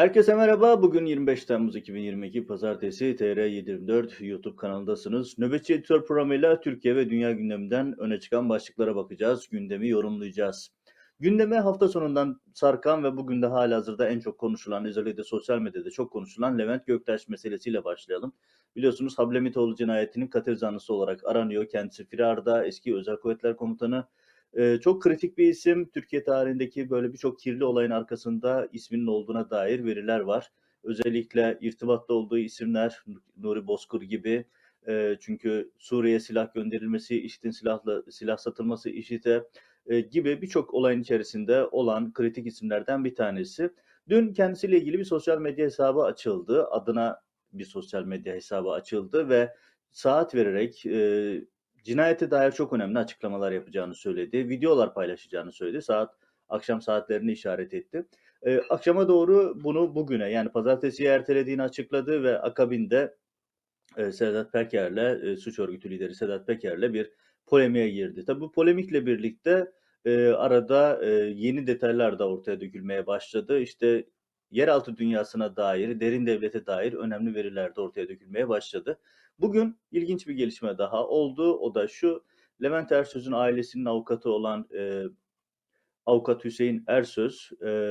Herkese merhaba. Bugün 25 Temmuz 2022 Pazartesi TR724 YouTube kanalındasınız. Nöbetçi Editör programıyla Türkiye ve dünya gündeminden öne çıkan başlıklara bakacağız. Gündemi yorumlayacağız. Gündeme hafta sonundan sarkan ve bugün de halihazırda en çok konuşulan, özellikle sosyal medyada çok konuşulan Levent Göktaş meselesiyle başlayalım. Biliyorsunuz Hablemitoğlu cinayetinin katil zanlısı olarak aranıyor. Kendisi firarda, eski Özel Kuvvetler Komutanı. Çok kritik bir isim. Türkiye tarihindeki böyle birçok kirli olayın arkasında isminin olduğuna dair veriler var. Özellikle irtibatta olduğu isimler Nuri Bozkır gibi. Çünkü Suriye'ye silah gönderilmesi, IŞİD'in silah satılması, IŞİD'e gibi birçok olayın içerisinde olan kritik isimlerden bir tanesi. Dün kendisiyle ilgili bir sosyal medya hesabı açıldı. Adına bir sosyal medya hesabı açıldı ve saat vererek cinayete dair çok önemli açıklamalar yapacağını söyledi. Videolar paylaşacağını söyledi. Akşam saatlerini işaret etti. Akşama doğru bunu bugüne, yani pazartesiye ertelediğini açıkladı ve akabinde Sedat Peker'le, suç örgütü lideri Sedat Peker'le bir polemiğe girdi. Tabii bu polemikle birlikte arada yeni detaylar da ortaya dökülmeye başladı. İşte yeraltı dünyasına dair, derin devlete dair önemli veriler de ortaya dökülmeye başladı. Bugün ilginç bir gelişme daha oldu. O da şu: Levent Ersöz'ün ailesinin avukatı olan avukat Hüseyin Ersöz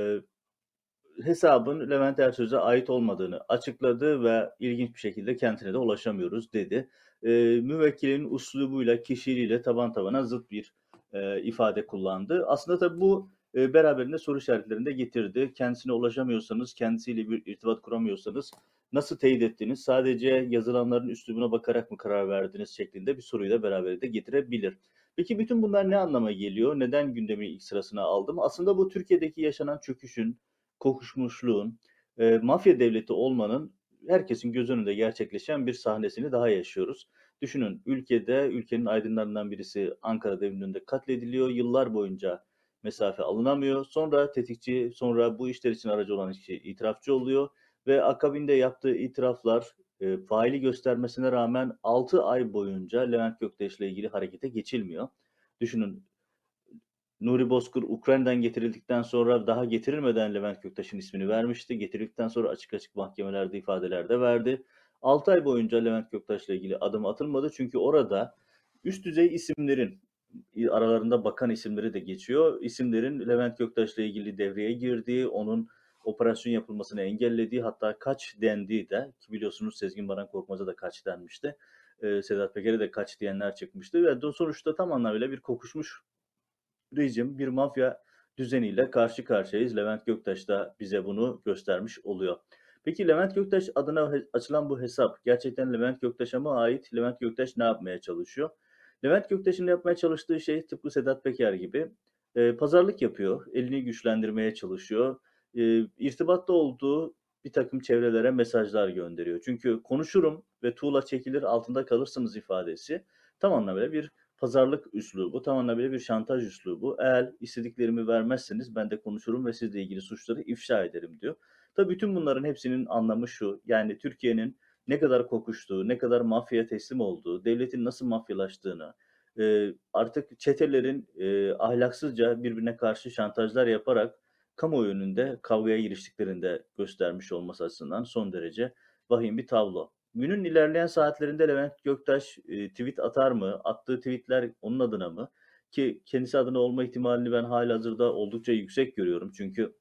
hesabın Levent Ersöz'e ait olmadığını açıkladı ve ilginç bir şekilde kendisine de ulaşamıyoruz dedi. Müvekkilin üslubuyla, kişiliğiyle taban tabana zıt bir ifade kullandı. Aslında tabii bu beraberinde soru işaretlerini de getirdi. Kendisine ulaşamıyorsanız, kendisiyle bir irtibat kuramıyorsanız nasıl teyit ettiniz? Sadece yazılanların üslubuna bakarak mı karar verdiniz şeklinde bir soruyu da beraberinde getirebilir. Peki bütün bunlar ne anlama geliyor? Neden gündemin ilk sırasına aldım? Aslında bu Türkiye'deki yaşanan çöküşün, kokuşmuşluğun, mafya devleti olmanın herkesin göz önünde gerçekleşen bir sahnesini daha yaşıyoruz. Düşünün, ülkenin aydınlarından birisi Ankara'da evinin önünde katlediliyor. Yıllar boyunca mesafe alınamıyor. Sonra tetikçi, sonra bu işler için aracı olan kişi itirafçı oluyor ve akabinde yaptığı itiraflar faili göstermesine rağmen 6 ay boyunca Levent Göktaş'la ilgili harekete geçilmiyor. Düşünün, Nuri Bozkır Ukrayna'dan getirildikten sonra, daha getirilmeden Levent Göktaş'ın ismini vermişti. Getirildikten sonra açık açık mahkemelerde ifadeler de verdi. 6 ay boyunca Levent Göktaş'la ilgili adım atılmadı. Çünkü orada üst düzey isimlerin, aralarında bakan isimleri de geçiyor, İsimlerin Levent Göktaş'la ilgili devreye girdiği, onun operasyon yapılmasını engellediği, hatta kaç dendiği de, ki biliyorsunuz Sezgin Baran Korkmaz'a da kaç denmişti. Sedat Peker'e de kaç diyenler çıkmıştı ve sonuçta tam anlamıyla bir kokuşmuş rejim, bir mafya düzeniyle karşı karşıyayız. Levent Göktaş da bize bunu göstermiş oluyor. Peki Levent Göktaş adına açılan bu hesap gerçekten Levent Göktaş'a mı ait? Levent Göktaş ne yapmaya çalışıyor? Levent Göktaş'ın yapmaya çalıştığı şey tıpkı Sedat Peker gibi pazarlık yapıyor, elini güçlendirmeye çalışıyor. İrtibatta olduğu bir takım çevrelere mesajlar gönderiyor. Çünkü konuşurum ve tuğla çekilir altında kalırsınız ifadesi tam anlamıyla bir pazarlık üslubu, tam anlamıyla bir şantaj üslubu. Eğer istediklerimi vermezseniz ben de konuşurum ve sizle ilgili suçları ifşa ederim diyor. Tabii bütün bunların hepsinin anlamı şu: yani Türkiye'nin ne kadar kokuştuğu, ne kadar mafyaya teslim olduğu, devletin nasıl mafyalaştığını, artık çetelerin ahlaksızca birbirine karşı şantajlar yaparak kamuoyu önünde kavgaya giriştiklerini de göstermiş olması açısından son derece vahim bir tablo. Günün ilerleyen saatlerinde Levent Göktaş tweet atar mı? Attığı tweetler onun adına mı? Ki kendisi adına olma ihtimalini ben halihazırda oldukça yüksek görüyorum. Çünkü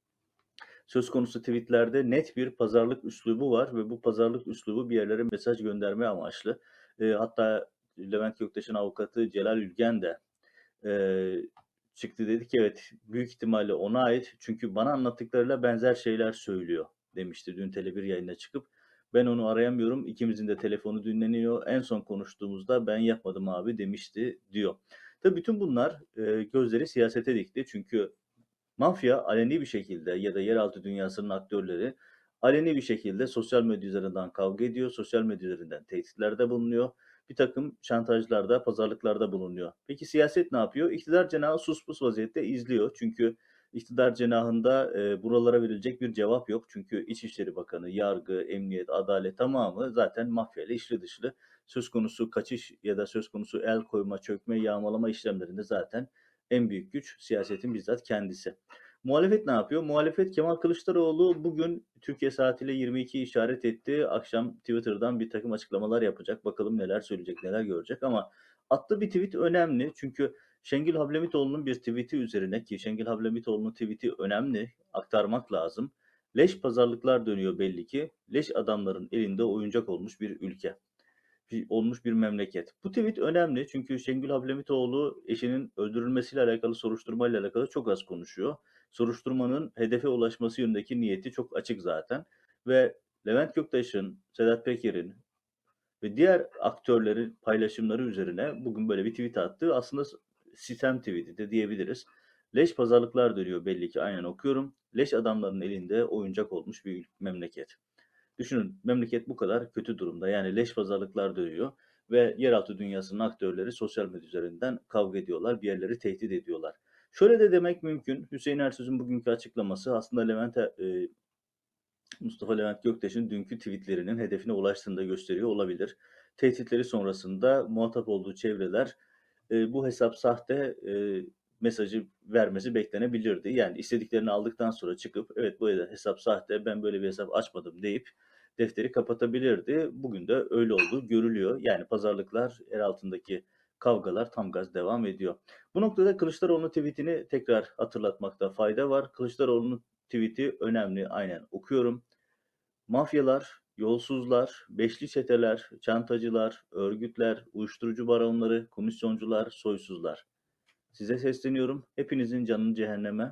söz konusu tweetlerde net bir pazarlık üslubu var ve bu pazarlık üslubu bir yerlere mesaj gönderme amaçlı. Hatta Levent Göktaş'ın avukatı Celal Ülgen de eee, çıktı, dedi ki evet, büyük ihtimalle ona ait, çünkü bana anlattıklarıyla benzer şeyler söylüyor demişti dün Tele1 yayına çıkıp. Ben onu arayamıyorum, ikimizin de telefonu dinleniyor, en son konuştuğumuzda ben yapmadım abi demişti diyor. Tabii bütün bunlar gözleri siyasete dikti, çünkü mafya aleni bir şekilde, ya da yeraltı dünyasının aktörleri aleni bir şekilde sosyal medya üzerinden kavga ediyor, sosyal medya üzerinden tehditlerde bulunuyor, bir takım şantajlarda, pazarlıklarda bulunuyor. Peki siyaset ne yapıyor? İktidar cenahı suspus vaziyette izliyor. Çünkü iktidar cenahında buralara verilecek bir cevap yok. Çünkü İçişleri Bakanı, yargı, emniyet, adalet tamamı zaten mafya ile içli dışlı. Söz konusu kaçış ya da söz konusu el koyma, çökme, yağmalama işlemlerinde zaten en büyük güç siyasetin bizzat kendisi. Muhalefet ne yapıyor? Muhalefet Kemal Kılıçdaroğlu bugün Türkiye saatiyle 22 işaret etti. Akşam Twitter'dan bir takım açıklamalar yapacak. Bakalım neler söyleyecek, neler görecek ama attığı bir tweet önemli. Çünkü Şengül Hablemitoğlu'nun bir tweeti üzerine ki Şengül Hablemitoğlu'nun tweeti önemli, aktarmak lazım. Leş pazarlıklar dönüyor belli ki. Leş adamların elinde oyuncak olmuş bir ülke olmuş bir memleket. Bu tweet önemli çünkü Şengül Hablemitoğlu eşinin öldürülmesiyle alakalı soruşturmayla alakalı çok az konuşuyor. Soruşturmanın hedefe ulaşması yönündeki niyeti çok açık zaten. Ve Levent Göktaş'ın, Sedat Peker'in ve diğer aktörlerin paylaşımları üzerine bugün böyle bir tweet attı. Aslında sitem tweeti de diyebiliriz. Leş pazarlıklar dönüyor belli ki aynen okuyorum. Leş adamların elinde oyuncak olmuş bir memleket. Düşünün memleket bu kadar kötü durumda. Yani leş pazarlıklar dönüyor ve yeraltı dünyasının aktörleri sosyal medya üzerinden kavga ediyorlar, bir yerleri tehdit ediyorlar. Şöyle de demek mümkün. Hüseyin Ersöz'ün bugünkü açıklaması aslında Mustafa Levent Göktaş'ın dünkü tweetlerinin hedefine ulaştığını da gösteriyor olabilir. Tehditleri sonrasında muhatap olduğu çevreler bu hesap sahte mesajı vermesi beklenebilirdi. Yani istediklerini aldıktan sonra çıkıp evet bu hesap sahte ben böyle bir hesap açmadım deyip defteri kapatabilirdi. Bugün de öyle olduğu görülüyor. Yani pazarlıklar, yer altındaki kavgalar tam gaz devam ediyor. Bu noktada Kılıçdaroğlu'nun tweetini tekrar hatırlatmakta fayda var. Kılıçdaroğlu'nun tweeti önemli. Aynen okuyorum. Mafyalar, yolsuzlar, beşli çeteler, çantacılar, örgütler, uyuşturucu baronları, komisyoncular, soysuzlar. Size sesleniyorum. Hepinizin canını cehenneme.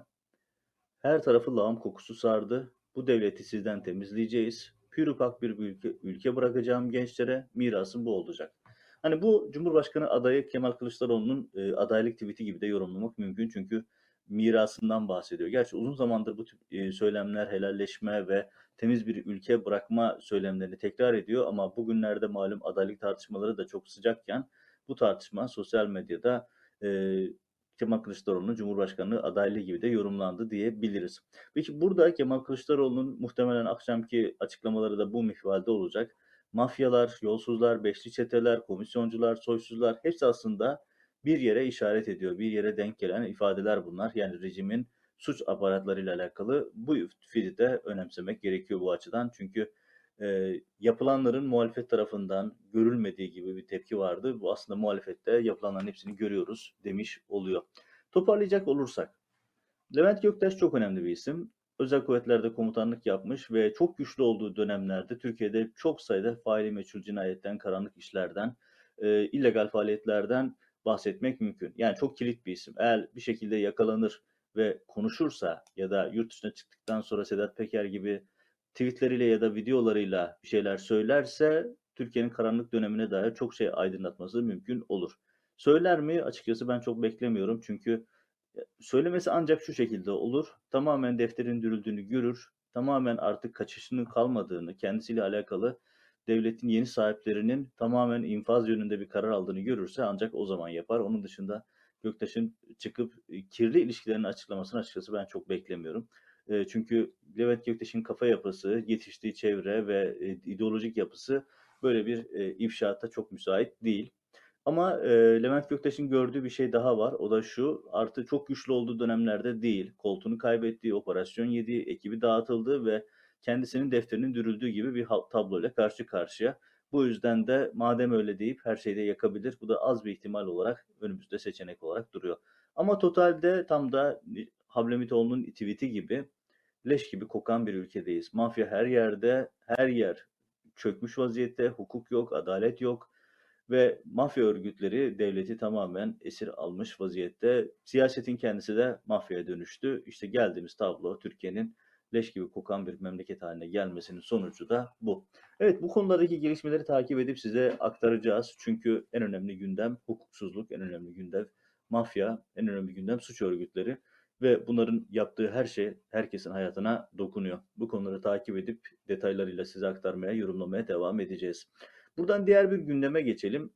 Her tarafı lağım kokusu sardı. Bu devleti sizden temizleyeceğiz. Pür ufak bir ülke bırakacağım gençlere. Mirasım bu olacak. Hani bu Cumhurbaşkanı adayı Kemal Kılıçdaroğlu'nun adaylık tweet'i gibi de yorumlamak mümkün. Çünkü mirasından bahsediyor. Gerçi uzun zamandır bu tip söylemler helalleşme ve temiz bir ülke bırakma söylemlerini tekrar ediyor. Ama bugünlerde malum adaylık tartışmaları da çok sıcakken bu tartışma sosyal medyada e, Kemal Kılıçdaroğlu'nun Cumhurbaşkanlığı adaylığı gibi de yorumlandı diyebiliriz. Peki burada Kemal Kılıçdaroğlu'nun muhtemelen akşamki açıklamaları da bu mihvalde olacak. Mafyalar, yolsuzlar, beşli çeteler, komisyoncular, soysuzlar hepsi aslında bir yere işaret ediyor. Bir yere denk gelen ifadeler bunlar. Yani rejimin suç aparatlarıyla alakalı bu tweet'i de önemsemek gerekiyor bu açıdan. Çünkü yapılanların muhalefet tarafından görülmediği gibi bir tepki vardı. Bu aslında muhalefette yapılanların hepsini görüyoruz demiş oluyor. Toparlayacak olursak, Levent Göktaş çok önemli bir isim. Özel kuvvetlerde komutanlık yapmış ve çok güçlü olduğu dönemlerde Türkiye'de çok sayıda faili meçhul cinayetten, karanlık işlerden, illegal faaliyetlerden bahsetmek mümkün. Yani çok kilit bir isim. Eğer bir şekilde yakalanır ve konuşursa ya da yurt dışına çıktıktan sonra Sedat Peker gibi tweetleriyle ya da videolarıyla bir şeyler söylerse Türkiye'nin karanlık dönemine dair çok şey aydınlatması mümkün olur. Söyler mi? Açıkçası ben çok beklemiyorum çünkü söylemesi ancak şu şekilde olur. Tamamen defterin dürüldüğünü görür. Tamamen artık kaçışının kalmadığını, kendisiyle alakalı devletin yeni sahiplerinin tamamen infaz yönünde bir karar aldığını görürse ancak o zaman yapar. Onun dışında Göktaş'ın çıkıp kirli ilişkilerini açıklamasını açıkçası ben çok beklemiyorum. Çünkü Levent Göktaş'ın kafa yapısı, yetiştiği çevre ve ideolojik yapısı böyle bir ifşaata çok müsait değil. Ama Levent Göktaş'ın gördüğü bir şey daha var. O da şu, artık çok güçlü olduğu dönemlerde değil, koltuğunu kaybettiği, operasyon yediği, ekibi dağıtıldı ve kendisinin defterinin dürüldüğü gibi bir tabloyla karşı karşıya. Bu yüzden de madem öyle deyip her şeyi de yakabilir. Bu da az bir ihtimal olarak önümüzde seçenek olarak duruyor. Ama totalde tam da Hablemitoğlu'nun tweet'i gibi leş gibi kokan bir ülkedeyiz. Mafya her yerde, her yer çökmüş vaziyette, hukuk yok, adalet yok ve mafya örgütleri devleti tamamen esir almış vaziyette. Siyasetin kendisi de mafyaya dönüştü. İşte geldiğimiz tablo Türkiye'nin leş gibi kokan bir memleket haline gelmesinin sonucu da bu. Evet bu konulardaki gelişmeleri takip edip size aktaracağız. Çünkü en önemli gündem hukuksuzluk, en önemli gündem mafya, en önemli gündem suç örgütleri ve bunların yaptığı her şey herkesin hayatına dokunuyor. Bu konuları takip edip detaylarıyla size aktarmaya, yorumlamaya devam edeceğiz. Buradan diğer bir gündeme geçelim.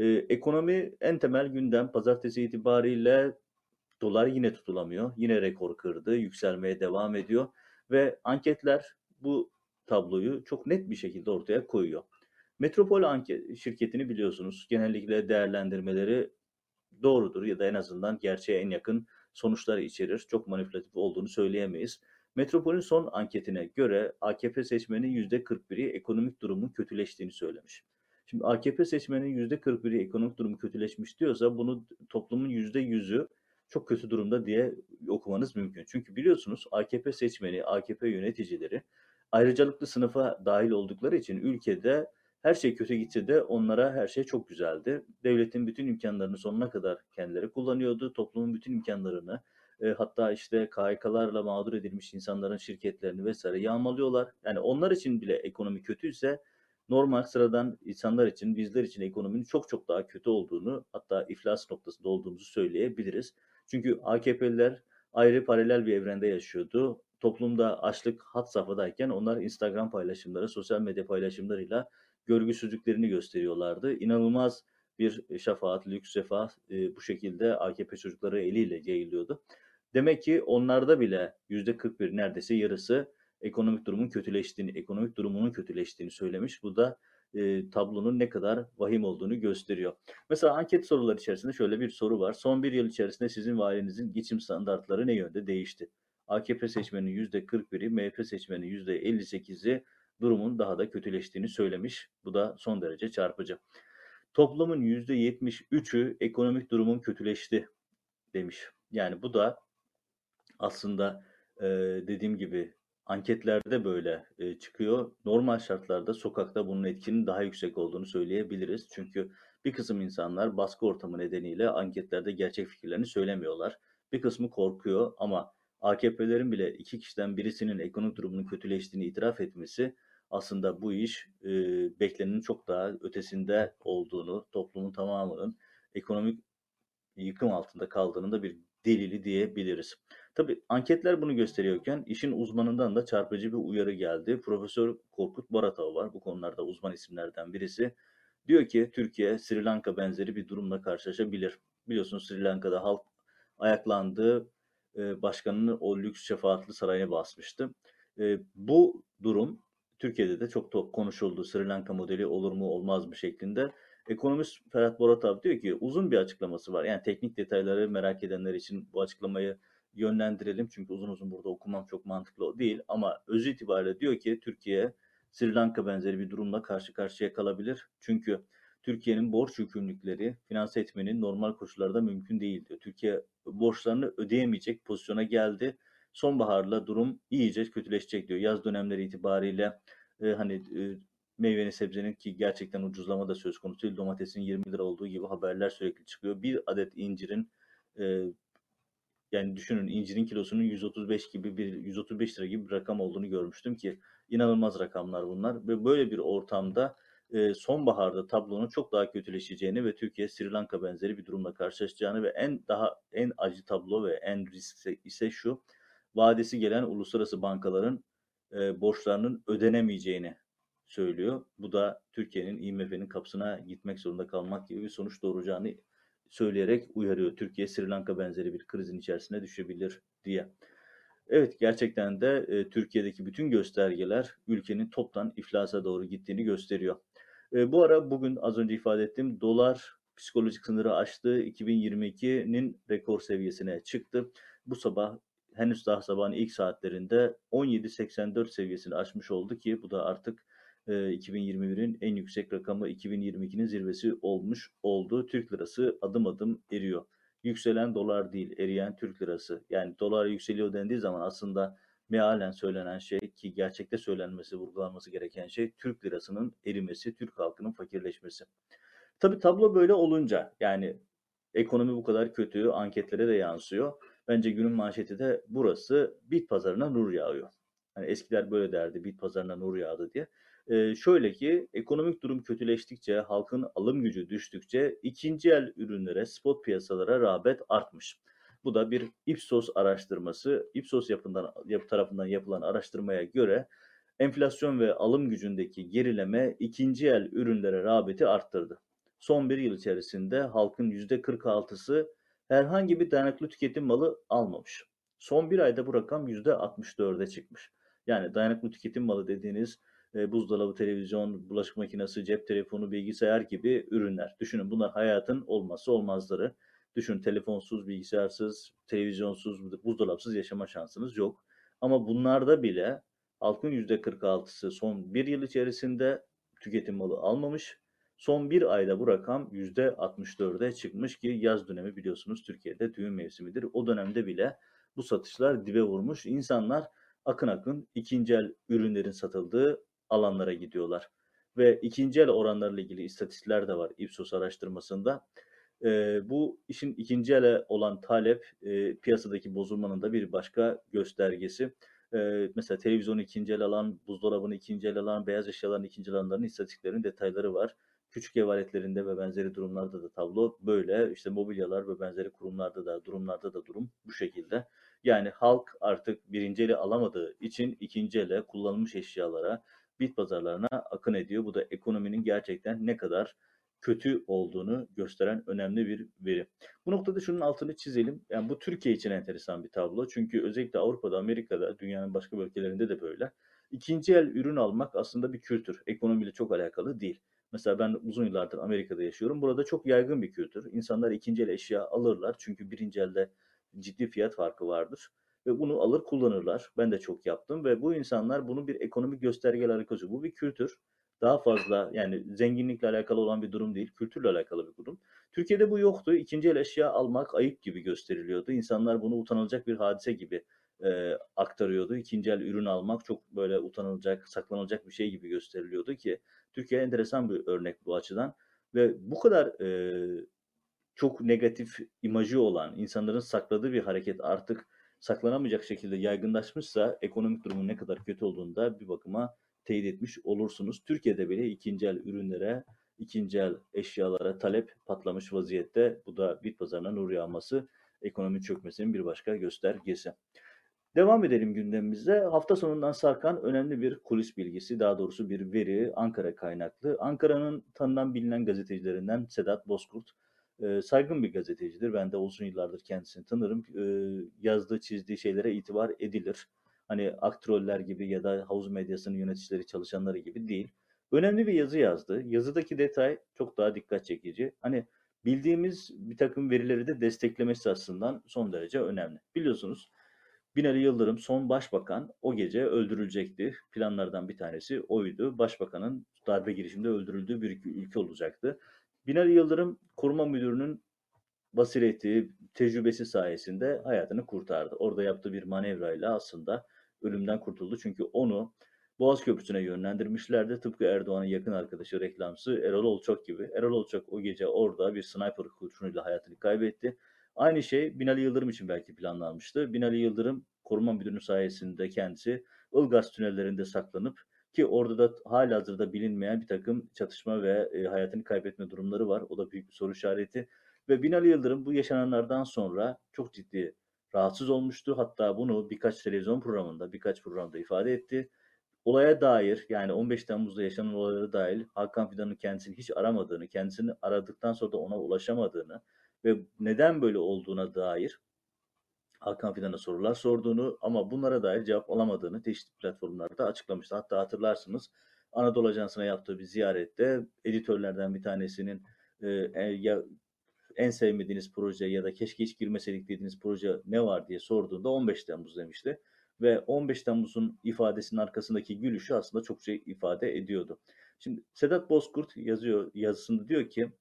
Ekonomi en temel gündem. Pazartesi itibariyle dolar yine tutulamıyor. Yine rekor kırdı. Yükselmeye devam ediyor. Ve anketler bu tabloyu çok net bir şekilde ortaya koyuyor. Metropol anket şirketini biliyorsunuz. Genellikle değerlendirmeleri doğrudur ya da en azından gerçeğe en yakın sonuçlar içerir. Çok manipülatif olduğunu söyleyemeyiz. Metropol'ün son anketine göre AKP seçmenin %41'i ekonomik durumun kötüleştiğini söylemiş. Şimdi AKP seçmenin %41'i ekonomik durumu kötüleşmiş diyorsa bunu toplumun %100'ü çok kötü durumda diye okumanız mümkün. Çünkü biliyorsunuz AKP seçmeni, AKP yöneticileri ayrıcalıklı sınıfa dahil oldukları için ülkede her şey kötü gitse de onlara her şey çok güzeldi. Devletin bütün imkanlarını sonuna kadar kendileri kullanıyordu. Toplumun bütün imkanlarını, hatta işte KHK'larla mağdur edilmiş insanların şirketlerini vesaire yağmalıyorlar. Yani onlar için bile ekonomi kötüyse normal sıradan insanlar için, bizler için ekonominin çok çok daha kötü olduğunu, hatta iflas noktasında olduğumuzu söyleyebiliriz. Çünkü AKP'liler ayrı paralel bir evrende yaşıyordu. Toplumda açlık had safhadayken onlar Instagram paylaşımları, sosyal medya paylaşımlarıyla görgüsüzlüklerini gösteriyorlardı. İnanılmaz bir şefaat, lüks refah bu şekilde AKP çocukları eliyle yayılıyordu. Demek ki onlarda bile %41 neredeyse yarısı ekonomik durumunun kötüleştiğini söylemiş. Bu da tablonun ne kadar vahim olduğunu gösteriyor. Mesela anket soruları içerisinde şöyle bir soru var. Son bir yıl içerisinde sizin ve ailenizin geçim standartları ne yönde değişti? AKP seçmeninin %41'i, MHP seçmeninin %58'i durumun daha da kötüleştiğini söylemiş. Bu da son derece çarpıcı. Toplumun %73'ü ekonomik durumun kötüleşti demiş. Yani bu da aslında dediğim gibi anketlerde böyle çıkıyor. Normal şartlarda sokakta bunun etkinin daha yüksek olduğunu söyleyebiliriz. Çünkü bir kısım insanlar baskı ortamı nedeniyle anketlerde gerçek fikirlerini söylemiyorlar. Bir kısmı korkuyor ama AKP'lerin bile iki kişiden birisinin ekonomik durumunun kötüleştiğini itiraf etmesi aslında bu iş beklenenin çok daha ötesinde olduğunu, toplumun tamamının ekonomik yıkım altında kaldığının da bir delili diyebiliriz. Tabii anketler bunu gösteriyorken işin uzmanından da çarpıcı bir uyarı geldi. Profesör Korkut Baratov var. Bu konularda uzman isimlerden birisi. Diyor ki Türkiye Sri Lanka benzeri bir durumla karşılaşabilir. Biliyorsunuz Sri Lanka'da halk ayaklandı. Başkanının o lüks şefaatli sarayına basmıştı. Bu durum Türkiye'de de çok konuşuldu. Sri Lanka modeli olur mu olmaz mı şeklinde. Ekonomist Ferhat Boratov diyor ki uzun bir açıklaması var. Yani teknik detayları merak edenler için bu açıklamayı yönlendirelim. Çünkü uzun uzun burada okumam çok mantıklı değil. Ama öz itibariyle diyor ki Türkiye Sri Lanka benzeri bir durumla karşı karşıya kalabilir. Çünkü Türkiye'nin borç yükümlülükleri finanse etmenin normal koşullarda mümkün değil diyor. Türkiye borçlarını ödeyemeyecek pozisyona geldi. Sonbaharla durum iyice kötüleşecek diyor. Yaz dönemleri itibariyle hani meyvenin sebzenin ki gerçekten ucuzlama da söz konusu değil. Domatesin 20 lira olduğu gibi haberler sürekli çıkıyor. Bir adet incirin e, yani düşünün incirin kilosunun 135 gibi 135 lira gibi bir rakam olduğunu görmüştüm ki inanılmaz rakamlar bunlar ve böyle bir ortamda sonbaharda tablonun çok daha kötüleşeceğini ve Türkiye Sri Lanka benzeri bir durumla karşılaşacağını ve en acı tablo ve en risk ise şu vadesi gelen uluslararası bankaların borçlarının ödenemeyeceğini söylüyor. Bu da Türkiye'nin IMF'nin kapısına gitmek zorunda kalmak gibi bir sonuç doğuracağını söyleyerek uyarıyor. Türkiye Sri Lanka benzeri bir krizin içerisine düşebilir diye. Evet gerçekten de Türkiye'deki bütün göstergeler ülkenin toptan iflasa doğru gittiğini gösteriyor. Bu ara bugün az önce ifade ettiğim dolar psikolojik sınırı aştı. 2022'nin rekor seviyesine çıktı. Bu sabah henüz daha sabahın ilk saatlerinde 17.84 seviyesini aşmış oldu ki bu da artık 2021'in en yüksek rakamı 2022'nin zirvesi olmuş oldu. Türk lirası adım adım eriyor. Yükselen dolar değil, eriyen Türk lirası. Yani dolar yükseliyor dendiği zaman aslında mealen söylenen şey ki gerçekte söylenmesi, vurgulanması gereken şey Türk lirasının erimesi, Türk halkının fakirleşmesi. Tabii tablo böyle olunca yani ekonomi bu kadar kötü, anketlere de yansıyor. Bence günün manşeti de burası bit pazarına nur yağıyor. Hani eskiler böyle derdi bit pazarına nur yağdı diye. Şöyle ki ekonomik durum kötüleştikçe, halkın alım gücü düştükçe ikinci el ürünlere, spot piyasalara rağbet artmış. Bu da bir Ipsos araştırması. Ipsos tarafından yapılan araştırmaya göre enflasyon ve alım gücündeki gerileme ikinci el ürünlere rağbeti arttırdı. Son bir yıl içerisinde halkın %46'sı herhangi bir dayanıklı tüketim malı almamış. Son bir ayda bu rakam %64'e çıkmış. Yani dayanıklı tüketim malı dediğiniz buzdolabı, televizyon, bulaşık makinesi, cep telefonu, bilgisayar gibi ürünler. Düşünün bunlar hayatın olmazsa olmazları. Düşün, telefonsuz, bilgisayarsız, televizyonsuz, buzdolapsız yaşama şansınız yok. Ama bunlarda bile halkın %46'sı son bir yıl içerisinde tüketim malı almamış. Son bir ayda bu rakam %64'e çıkmış ki yaz dönemi biliyorsunuz Türkiye'de düğün mevsimidir. O dönemde bile bu satışlar dibe vurmuş. İnsanlar akın akın ikinci el ürünlerin satıldığı alanlara gidiyorlar. Ve ikinci el oranlarıyla ilgili istatistikler de var Ipsos araştırmasında. Bu işin ikinci ele olan talep piyasadaki bozulmanın da bir başka göstergesi. Mesela televizyonu ikinci el alan, buzdolabını ikinci el alan, beyaz eşyaların ikinci el alanların istatistiklerinin detayları var. Küçük ev aletlerinde ve benzeri durumlarda da tablo böyle. İşte mobilyalar ve benzeri kurumlarda da durumlarda da durum bu şekilde. Yani halk artık birinci eli alamadığı için ikinci ele kullanılmış eşyalara, bit pazarlarına akın ediyor. Bu da ekonominin gerçekten ne kadar kötü olduğunu gösteren önemli bir veri. Bu noktada şunun altını çizelim. Yani bu Türkiye için enteresan bir tablo. Çünkü özellikle Avrupa'da, Amerika'da, dünyanın başka bölgelerinde de böyle. İkinci el ürün almak aslında bir kültür. Ekonomiyle çok alakalı değil. Mesela ben uzun yıllardır Amerika'da yaşıyorum. Burada çok yaygın bir kültür. İnsanlar ikinci el eşya alırlar. Çünkü birinci elde ciddi fiyat farkı vardır. Ve bunu alır kullanırlar. Ben de çok yaptım ve bu insanlar bunu bir ekonomik göstergeyle alakası. Bu bir kültür. Daha fazla yani zenginlikle alakalı olan bir durum değil, kültürle alakalı bir durum. Türkiye'de bu yoktu. İkinci el eşya almak ayıp gibi gösteriliyordu. İnsanlar bunu utanılacak bir hadise gibi aktarıyordu. İkinci el ürün almak çok böyle utanılacak, saklanılacak bir şey gibi gösteriliyordu ki Türkiye enteresan bir örnek bu açıdan. Ve bu kadar çok negatif imajı olan, insanların sakladığı bir hareket artık saklanamayacak şekilde yaygınlaşmışsa ekonomik durumun ne kadar kötü olduğunu da bir bakıma teyit etmiş olursunuz. Türkiye'de bile ikinci el ürünlere, ikinci el eşyalara talep patlamış vaziyette. Bu da bit pazarına nur yağması, ekonomi çökmesinin bir başka göstergesi. Devam edelim gündemimize. Hafta sonundan sarkan önemli bir kulis bilgisi, daha doğrusu bir veri, Ankara kaynaklı. Ankara'nın tanınan bilinen gazetecilerinden Sedat Bozkurt. Saygın bir gazetecidir. Ben de uzun yıllardır kendisini tanırım. Yazdığı, çizdiği şeylere itibar edilir. Hani aktroller gibi ya da havuz medyasının yöneticileri, çalışanları gibi değil. Önemli bir yazı yazdı. Yazıdaki detay çok daha dikkat çekici. Hani bildiğimiz bir takım verileri de desteklemesi açısından son derece önemli. Biliyorsunuz Binali Yıldırım son başbakan o gece öldürülecekti. Planlardan bir tanesi oydu. Başbakanın darbe girişiminde öldürüldüğü bir ülke olacaktı. Binali Yıldırım koruma müdürünün basireti, tecrübesi sayesinde hayatını kurtardı. Orada yaptığı bir manevrayla aslında ölümden kurtuldu. Çünkü onu Boğaz Köprüsü'ne yönlendirmişlerdi. Tıpkı Erdoğan'ın yakın arkadaşı reklamsı Erol Olçak gibi. Erol Olçak o gece orada bir sniper kurşunuyla hayatını kaybetti. Aynı şey Binali Yıldırım için belki planlanmıştı. Binali Yıldırım koruma müdürünün sayesinde kendisi Ilgaz tünellerinde saklanıp ki orada da halihazırda bilinmeyen bir takım çatışma ve hayatını kaybetme durumları var. O da büyük bir soru işareti. Ve Binali Yıldırım bu yaşananlardan sonra çok ciddi rahatsız olmuştu. Hatta bunu birkaç televizyon programında, birkaç programda ifade etti. Olaya dair yani 15 Temmuz'da yaşanan olaylara dair Hakan Fidan'ın kendisini hiç aramadığını, kendisini aradıktan sonra da ona ulaşamadığını ve neden böyle olduğuna dair Hakan Fidan'a sorular sorduğunu ama bunlara dair cevap alamadığını çeşitli platformlarda açıklamıştı. Hatta hatırlarsınız Anadolu Ajansı'na yaptığı bir ziyarette editörlerden bir tanesinin ya en sevmediğiniz proje ya da keşke hiç girmeseydik dediğiniz proje ne var diye sorduğunda 15 Temmuz demişti. Ve 15 Temmuz'un ifadesinin arkasındaki gülüşü aslında çok şey ifade ediyordu. Şimdi Sedat Bozkurt yazıyor yazısında diyor ki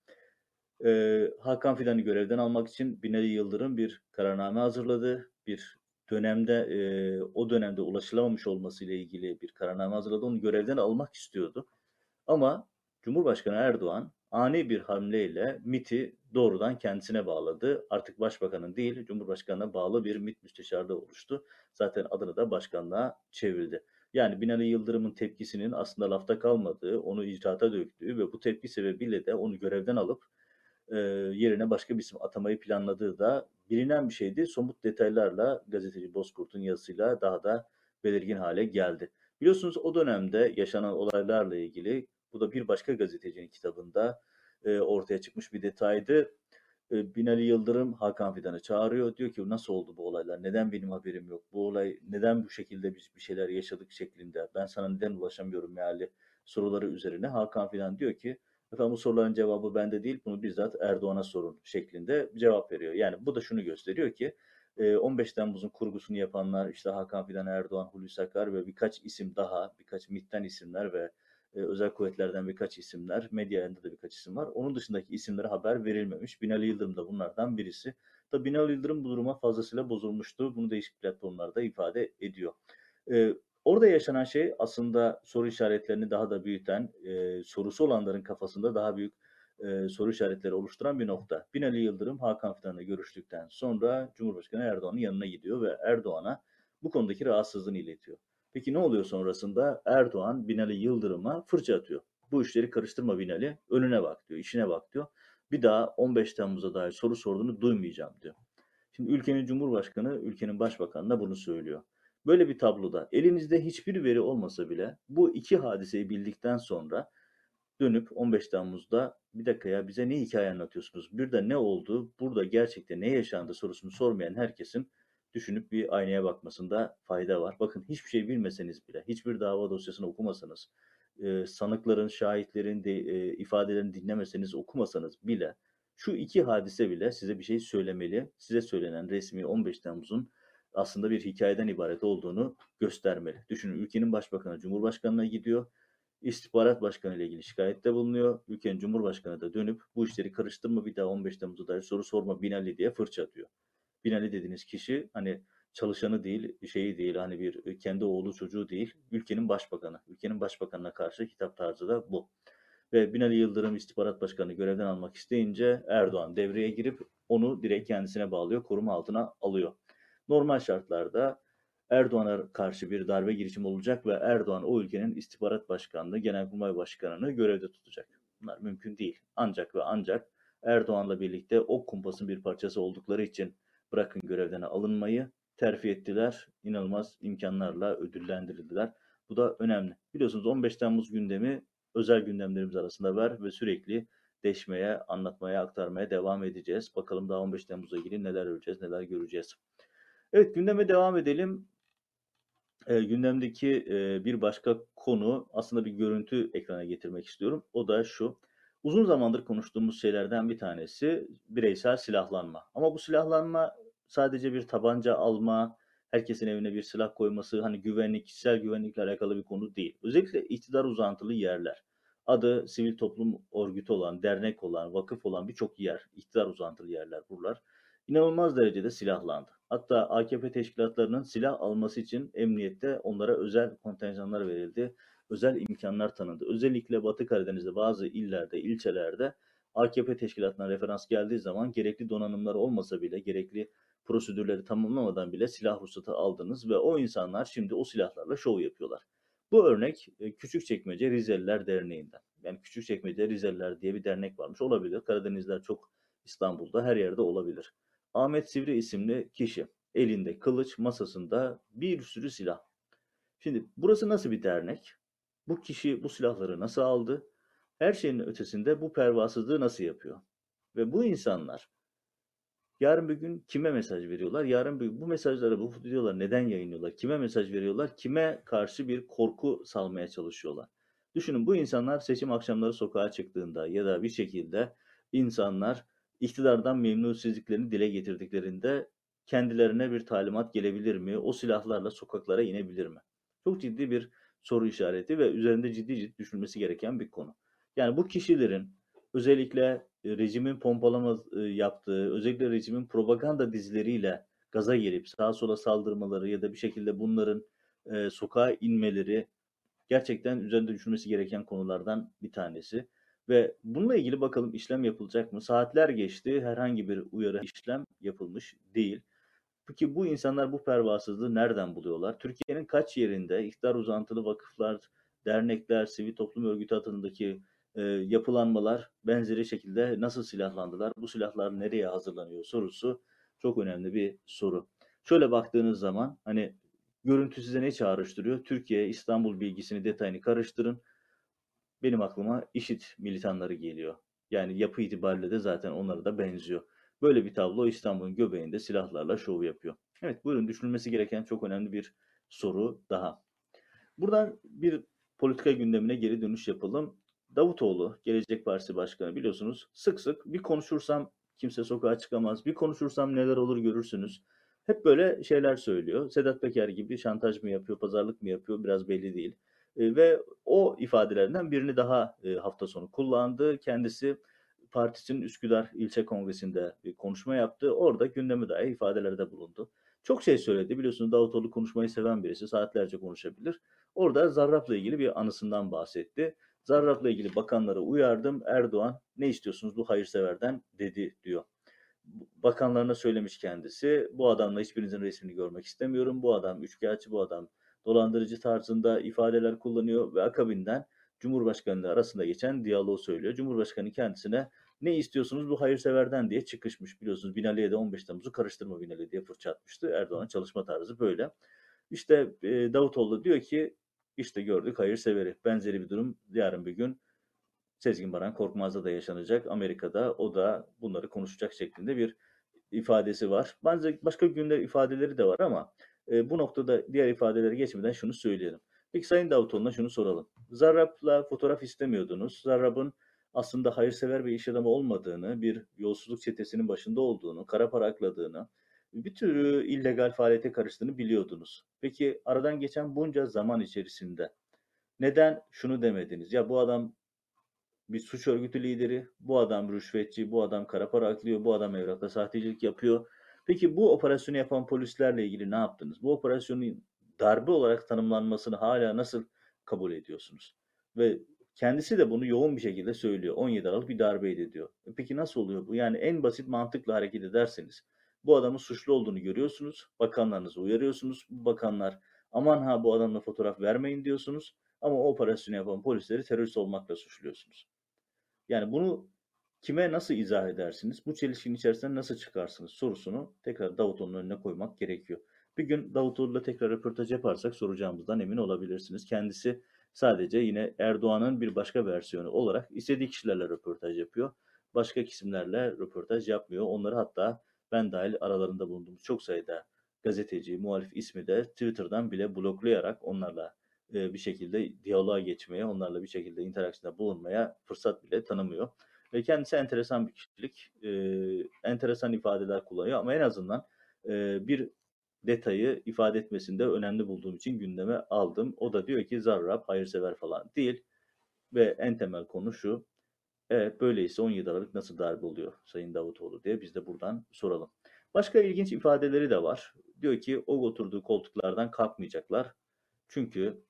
Hakan Fidan'ı görevden almak için Binali Yıldırım bir kararname hazırladı. Bir dönemde o dönemde ulaşılamamış olması ile ilgili bir kararname hazırladı. Onu görevden almak istiyordu. Ama Cumhurbaşkanı Erdoğan ani bir hamleyle MİT'i doğrudan kendisine bağladı. Artık başbakanın değil, Cumhurbaşkanı'na bağlı bir MİT müsteşarlığı oluştu. Zaten adını da başkanlığa çevirdi. Yani Binali Yıldırım'ın tepkisinin aslında lafta kalmadığı, onu icraata döktüğü ve bu tepki sebebiyle de onu görevden alıp yerine başka bir isim atamayı planladığı da bilinen bir şeydi. Somut detaylarla gazeteci Bozkurt'un yazısıyla daha da belirgin hale geldi. Biliyorsunuz o dönemde yaşanan olaylarla ilgili bu da bir başka gazetecinin kitabında ortaya çıkmış bir detaydı. Binali Yıldırım Hakan Fidan'ı çağırıyor. Diyor ki nasıl oldu bu olaylar? Neden benim haberim yok? Bu olay neden bu şekilde biz bir şeyler yaşadık şeklinde. Ben sana neden ulaşamıyorum meali soruları üzerine. Hakan Fidan diyor ki Efendim bu soruların cevabı bende değil, bunu bizzat Erdoğan'a sorun şeklinde cevap veriyor. Yani bu da şunu gösteriyor ki 15 Temmuz'un kurgusunu yapanlar işte Hakan Fidan, Erdoğan, Hulusi Akar ve birkaç isim daha, birkaç MİT'ten isimler ve özel kuvvetlerden birkaç isimler, medyada da birkaç isim var. Onun dışındaki isimlere haber verilmemiş. Binali Yıldırım da bunlardan birisi. Tabii Binali Yıldırım bu duruma fazlasıyla bozulmuştu. Bunu değişik platformlarda ifade ediyor. Eee, Orada yaşanan şey aslında soru işaretlerini daha da büyüten, sorusu olanların kafasında daha büyük soru işaretleri oluşturan bir nokta. Binali Yıldırım, Hakan Fidan'la görüştükten sonra Cumhurbaşkanı Erdoğan'ın yanına gidiyor ve Erdoğan'a bu konudaki rahatsızlığını iletiyor. Peki ne oluyor sonrasında? Erdoğan, Binali Yıldırım'a fırça atıyor. Bu işleri karıştırma Binali, önüne bak diyor, işine bak diyor. Bir daha 15 Temmuz'a dair soru sorduğunu duymayacağım diyor. Şimdi ülkenin Cumhurbaşkanı, ülkenin Başbakanı'na bunu söylüyor. Böyle bir tabloda elinizde hiçbir veri olmasa bile bu iki hadiseyi bildikten sonra dönüp 15 Temmuz'da bir dakika ya bize ne hikaye anlatıyorsunuz? Bir de ne oldu? Burada gerçekte ne yaşandı sorusunu sormayan herkesin düşünüp bir aynaya bakmasında fayda var. Bakın hiçbir şey bilmeseniz bile, hiçbir dava dosyasını okumasanız, sanıkların, şahitlerin de, ifadelerini dinlemeseniz, okumasanız bile şu iki hadise bile size bir şey söylemeli. Size söylenen resmi 15 Temmuz'un aslında bir hikayeden ibaret olduğunu göstermeli. Düşünün ülkenin başbakanı Cumhurbaşkanı'na gidiyor. İstihbarat Başkanı ile ilgili şikayette bulunuyor. Ülkenin Cumhurbaşkanı da dönüp bu işleri karıştırma bir daha 15 Temmuz'a dair soru sorma Binali diye fırça atıyor. Binali dediğiniz kişi hani çalışanı değil, şeyi değil, hani bir kendi oğlu çocuğu değil, ülkenin başbakanı. Ülkenin başbakanına karşı hitap tarzı da bu. Ve Binali Yıldırım istihbarat başkanı görevden almak isteyince Erdoğan devreye girip onu direkt kendisine bağlıyor, koruma altına alıyor. Normal şartlarda Erdoğan'a karşı bir darbe girişimi olacak ve Erdoğan o ülkenin istihbarat başkanlığı, genelkurmay başkanını görevde tutacak. Bunlar mümkün değil. Ancak ve ancak Erdoğan'la birlikte o kumpasın bir parçası oldukları için bırakın görevden alınmayı terfi ettiler. İnanılmaz imkanlarla ödüllendirildiler. Bu da önemli. Biliyorsunuz 15 Temmuz gündemi özel gündemlerimiz arasında var ve sürekli deşmeye, anlatmaya, aktarmaya devam edeceğiz. Bakalım daha 15 Temmuz'la ilgili neler göreceğiz, neler göreceğiz. Evet gündeme devam edelim. Gündemdeki bir başka konu aslında bir görüntü ekrana getirmek istiyorum. O da şu. Uzun zamandır konuştuğumuz şeylerden bir tanesi bireysel silahlanma. Ama bu silahlanma sadece bir tabanca alma, herkesin evine bir silah koyması, hani güvenlik, kişisel güvenlikle alakalı bir konu değil. Özellikle iktidar uzantılı yerler. Adı sivil toplum örgütü olan, dernek olan, vakıf olan birçok yer, iktidar uzantılı yerler buralar inanılmaz derecede silahlandı. Hatta AKP teşkilatlarının silah alması için emniyette onlara özel kontenjanlar verildi. Özel imkanlar tanındı. Özellikle Batı Karadeniz'de bazı illerde, ilçelerde AKP teşkilatına referans geldiği zaman gerekli donanımlar olmasa bile, gerekli prosedürleri tamamlamadan bile silah ruhsatı aldınız ve o insanlar şimdi o silahlarla şov yapıyorlar. Bu örnek Küçükçekmece Rizeliler Derneği'nden. Yani Küçükçekmece Rizeliler diye bir dernek varmış. Olabilir. Karadenizler çok İstanbul'da her yerde olabilir. Ahmet Sivri isimli kişi. Elinde kılıç, masasında bir sürü silah. Şimdi burası nasıl bir dernek? Bu kişi bu silahları nasıl aldı? Her şeyin ötesinde bu pervasızlığı nasıl yapıyor? Ve bu insanlar yarın bir gün kime mesaj veriyorlar? Yarın bir gün bu mesajları, bu videoları neden yayınlıyorlar? Kime mesaj veriyorlar? Kime karşı bir korku salmaya çalışıyorlar? Düşünün bu insanlar seçim akşamları sokağa çıktığında ya da bir şekilde insanlar iktidardan memnuniyetsizliklerini dile getirdiklerinde kendilerine bir talimat gelebilir mi? O silahlarla sokaklara inebilir mi? Çok ciddi bir soru işareti ve üzerinde ciddi ciddi düşünülmesi gereken bir konu. Yani bu kişilerin özellikle rejimin pompalama yaptığı, özellikle rejimin propaganda dizileriyle gaza gelip sağa sola saldırmaları ya da bir şekilde bunların sokağa inmeleri gerçekten üzerinde düşünmesi gereken konulardan bir tanesi. Ve bununla ilgili bakalım işlem yapılacak mı? Saatler geçti, herhangi bir uyarı işlem yapılmış değil. Peki bu insanlar bu pervasızlığı nereden buluyorlar? Türkiye'nin kaç yerinde iktidar uzantılı vakıflar, dernekler, sivil toplum örgütü adındaki yapılanmalar benzeri şekilde nasıl silahlandılar? Bu silahlar nereye hazırlanıyor sorusu çok önemli bir soru. Şöyle baktığınız zaman hani görüntü size ne çağrıştırıyor? Türkiye, İstanbul bilgisini, detayını karıştırın. Benim aklıma IŞİD militanları geliyor. Yani yapı itibariyle de zaten onlara da benziyor. Böyle bir tablo İstanbul'un göbeğinde silahlarla şov yapıyor. Evet buyurun düşünülmesi gereken çok önemli bir soru daha. Buradan bir politika gündemine geri dönüş yapalım. Davutoğlu, Gelecek Partisi Başkanı biliyorsunuz sık sık bir konuşursam kimse sokağa çıkamaz, bir konuşursam neler olur görürsünüz. Hep böyle şeyler söylüyor. Sedat Peker gibi şantaj mı yapıyor, pazarlık mı yapıyor biraz belli değil. Ve o ifadelerinden birini daha hafta sonu kullandı. Kendisi partisinin Üsküdar İlçe Kongresi'nde bir konuşma yaptı. Orada gündeme dair ifadelerde bulundu. Çok şey söyledi. Biliyorsunuz Davutoğlu konuşmayı seven birisi. Saatlerce konuşabilir. Orada Zarrab'la ilgili bir anısından bahsetti. Zarrab'la ilgili bakanları uyardım. Erdoğan ne istiyorsunuz bu hayırseverden dedi diyor. Bakanlarına söylemiş kendisi. Bu adamla hiçbirinizin resmini görmek istemiyorum. Bu adam üçkağıtçı, bu adam dolandırıcı tarzında ifadeler kullanıyor ve akabinden Cumhurbaşkanı arasında geçen diyaloğu söylüyor. Cumhurbaşkanı kendisine ne istiyorsunuz bu hayırseverden diye çıkışmış. Biliyorsunuz Binali'ye de 15 Temmuz'u karıştırma Binali diye fırça atmıştı. Erdoğan'ın çalışma tarzı böyle. İşte Davutoğlu diyor ki işte gördük hayırseveri. Benzeri bir durum yarın bir gün Sezgin Baran Korkmaz'da da yaşanacak. Amerika'da o da bunları konuşacak şeklinde bir ifadesi var. Başka günde ifadeleri de var ama bu noktada diğer ifadeleri geçmeden şunu söyleyelim. Peki Sayın Davutoğlu'na şunu soralım. Zarrab'la fotoğraf istemiyordunuz. Zarrab'ın aslında hayırsever bir iş adamı olmadığını, bir yolsuzluk çetesinin başında olduğunu, kara para akladığını, bir türlü illegal faaliyete karıştığını biliyordunuz. Peki aradan geçen bunca zaman içerisinde neden şunu demediniz? Ya bu adam bir suç örgütü lideri, bu adam rüşvetçi, bu adam kara para aklıyor, bu adam evrakta sahtecilik yapıyor. Peki bu operasyonu yapan polislerle ilgili ne yaptınız? Bu operasyonun darbe olarak tanımlanmasını hala nasıl kabul ediyorsunuz? Ve kendisi de bunu yoğun bir şekilde söylüyor. 17 Aralık bir darbeydi diyor. Peki nasıl oluyor bu? Yani en basit mantıkla hareket ederseniz bu adamın suçlu olduğunu görüyorsunuz, bakanlarınızı uyarıyorsunuz. Bu bakanlar aman ha bu adamla fotoğraf vermeyin diyorsunuz ama o operasyonu yapan polisleri terörist olmakla suçluyorsunuz. Yani bunu kime nasıl izah edersiniz? Bu çelişkinin içerisinden nasıl çıkarsınız sorusunu tekrar Davutoğlu'nun önüne koymak gerekiyor. Bir gün Davutoğlu'yla tekrar röportaj yaparsak soracağımızdan emin olabilirsiniz. Kendisi sadece yine Erdoğan'ın bir başka versiyonu olarak istediği kişilerle röportaj yapıyor. Başka kesimlerle röportaj yapmıyor. Onları hatta ben dahil aralarında bulunduğumuz çok sayıda gazeteci, muhalif ismi de Twitter'dan bile bloklayarak onlarla bir şekilde diyaloğa geçmeye, onlarla bir şekilde interaksiyonda bulunmaya fırsat bile tanımıyor. Ve kendisi enteresan bir kişilik, enteresan ifadeler kullanıyor ama en azından bir detayı ifade etmesinde önemli bulduğum için gündeme aldım. O da diyor ki Zarrab hayırsever falan değil ve en temel konu şu, evet böyleyse 17 Aralık nasıl darbe oluyor Sayın Davutoğlu diye biz de buradan soralım. Başka ilginç ifadeleri de var. Diyor ki o oturduğu koltuklardan kalkmayacaklar. Çünkü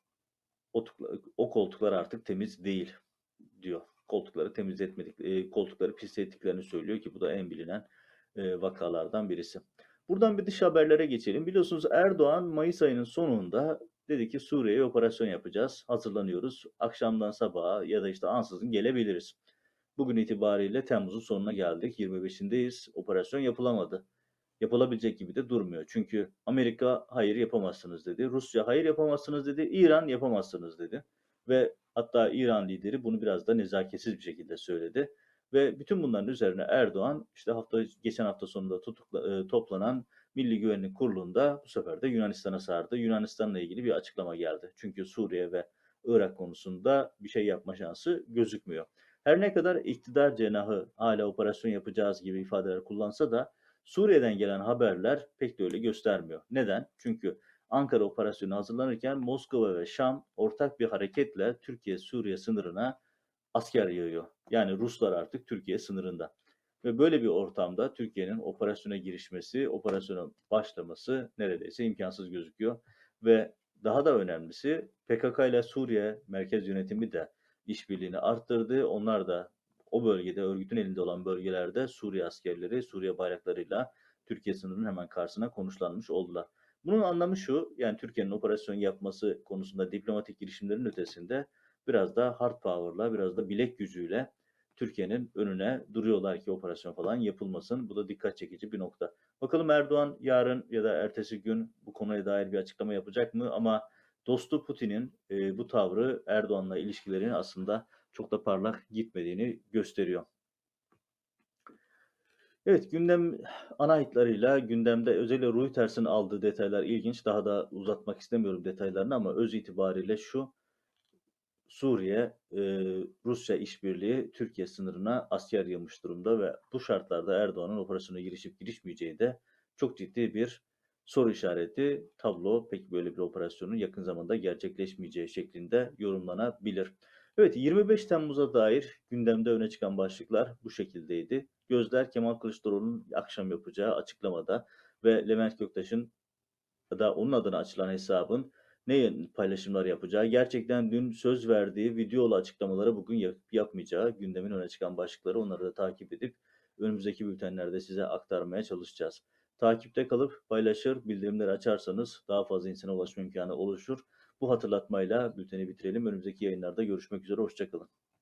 o koltuklar artık temiz değil diyor. Koltukları temizletmedik, koltukları pislettiklerini söylüyor ki bu da en bilinen vakalardan birisi. Buradan bir dış haberlere geçelim. Biliyorsunuz Erdoğan Mayıs ayının sonunda dedi ki Suriye'ye operasyon yapacağız, hazırlanıyoruz. Akşamdan sabaha ya da işte ansızın gelebiliriz. Bugün itibariyle Temmuz'un sonuna geldik, 25'indeyiz. Operasyon yapılamadı. Yapılabilecek gibi de durmuyor. Çünkü Amerika hayır yapamazsınız dedi. Rusya hayır yapamazsınız dedi. İran yapamazsınız dedi. Ve hatta İran lideri bunu biraz da nezaketsiz bir şekilde söyledi. Ve bütün bunların üzerine Erdoğan işte geçen hafta sonunda toplanan Milli Güvenlik Kurulu'nda bu sefer de Yunanistan'a sardı. Yunanistan'la ilgili bir açıklama geldi. Çünkü Suriye ve Irak konusunda bir şey yapma şansı gözükmüyor. Her ne kadar iktidar cenahı hala operasyon yapacağız gibi ifadeler kullansa da Suriye'den gelen haberler pek de öyle göstermiyor. Neden? Çünkü Ankara operasyonu hazırlanırken Moskova ve Şam ortak bir hareketle Türkiye-Suriye sınırına asker yığıyor. Yani Ruslar artık Türkiye sınırında. Ve böyle bir ortamda Türkiye'nin operasyona girişmesi, operasyona başlaması neredeyse imkansız gözüküyor. Ve daha da önemlisi PKK ile Suriye Merkez Yönetimi de işbirliğini arttırdı. Onlar da o bölgede, örgütün elinde olan bölgelerde Suriye askerleri, Suriye bayraklarıyla Türkiye sınırının hemen karşısına konuşlanmış oldular. Bunun anlamı şu, yani Türkiye'nin operasyon yapması konusunda diplomatik girişimlerin ötesinde biraz da hard power'la, biraz da bilek gücüyle Türkiye'nin önüne duruyorlar ki operasyon falan yapılmasın. Bu da dikkat çekici bir nokta. Bakalım Erdoğan yarın ya da ertesi gün bu konuya dair bir açıklama yapacak mı? Ama dostu Putin'in bu tavrı Erdoğan'la ilişkilerini aslında çok da parlak gitmediğini gösteriyor. Evet, gündem ana hatlarıyla gündemde özellikle Reuters'ın aldığı detaylar ilginç. Daha da uzatmak istemiyorum detaylarını ama öz itibariyle şu: Suriye, Rusya işbirliği Türkiye sınırına asker yığmış durumda ve bu şartlarda Erdoğan'ın operasyona girişip girişmeyeceği de çok ciddi bir soru işareti. Tablo pek böyle bir operasyonun yakın zamanda gerçekleşmeyeceği şeklinde yorumlanabilir. Evet, 25 Temmuz'a dair gündemde öne çıkan başlıklar bu şekildeydi. Gözler Kemal Kılıçdaroğlu'nun akşam yapacağı açıklamada ve Levent Göktaş'ın da onun adına açılan hesabın ne paylaşımlar yapacağı, gerçekten dün söz verdiği videolu açıklamaları bugün yapmayacağı gündemin öne çıkan başlıkları, onları da takip edip önümüzdeki bültenlerde size aktarmaya çalışacağız. Takipte kalıp paylaşır, bildirimleri açarsanız daha fazla insana ulaşma imkanı oluşur. Bu hatırlatmayla bülteni bitirelim. Önümüzdeki yayınlarda görüşmek üzere, hoşçakalın.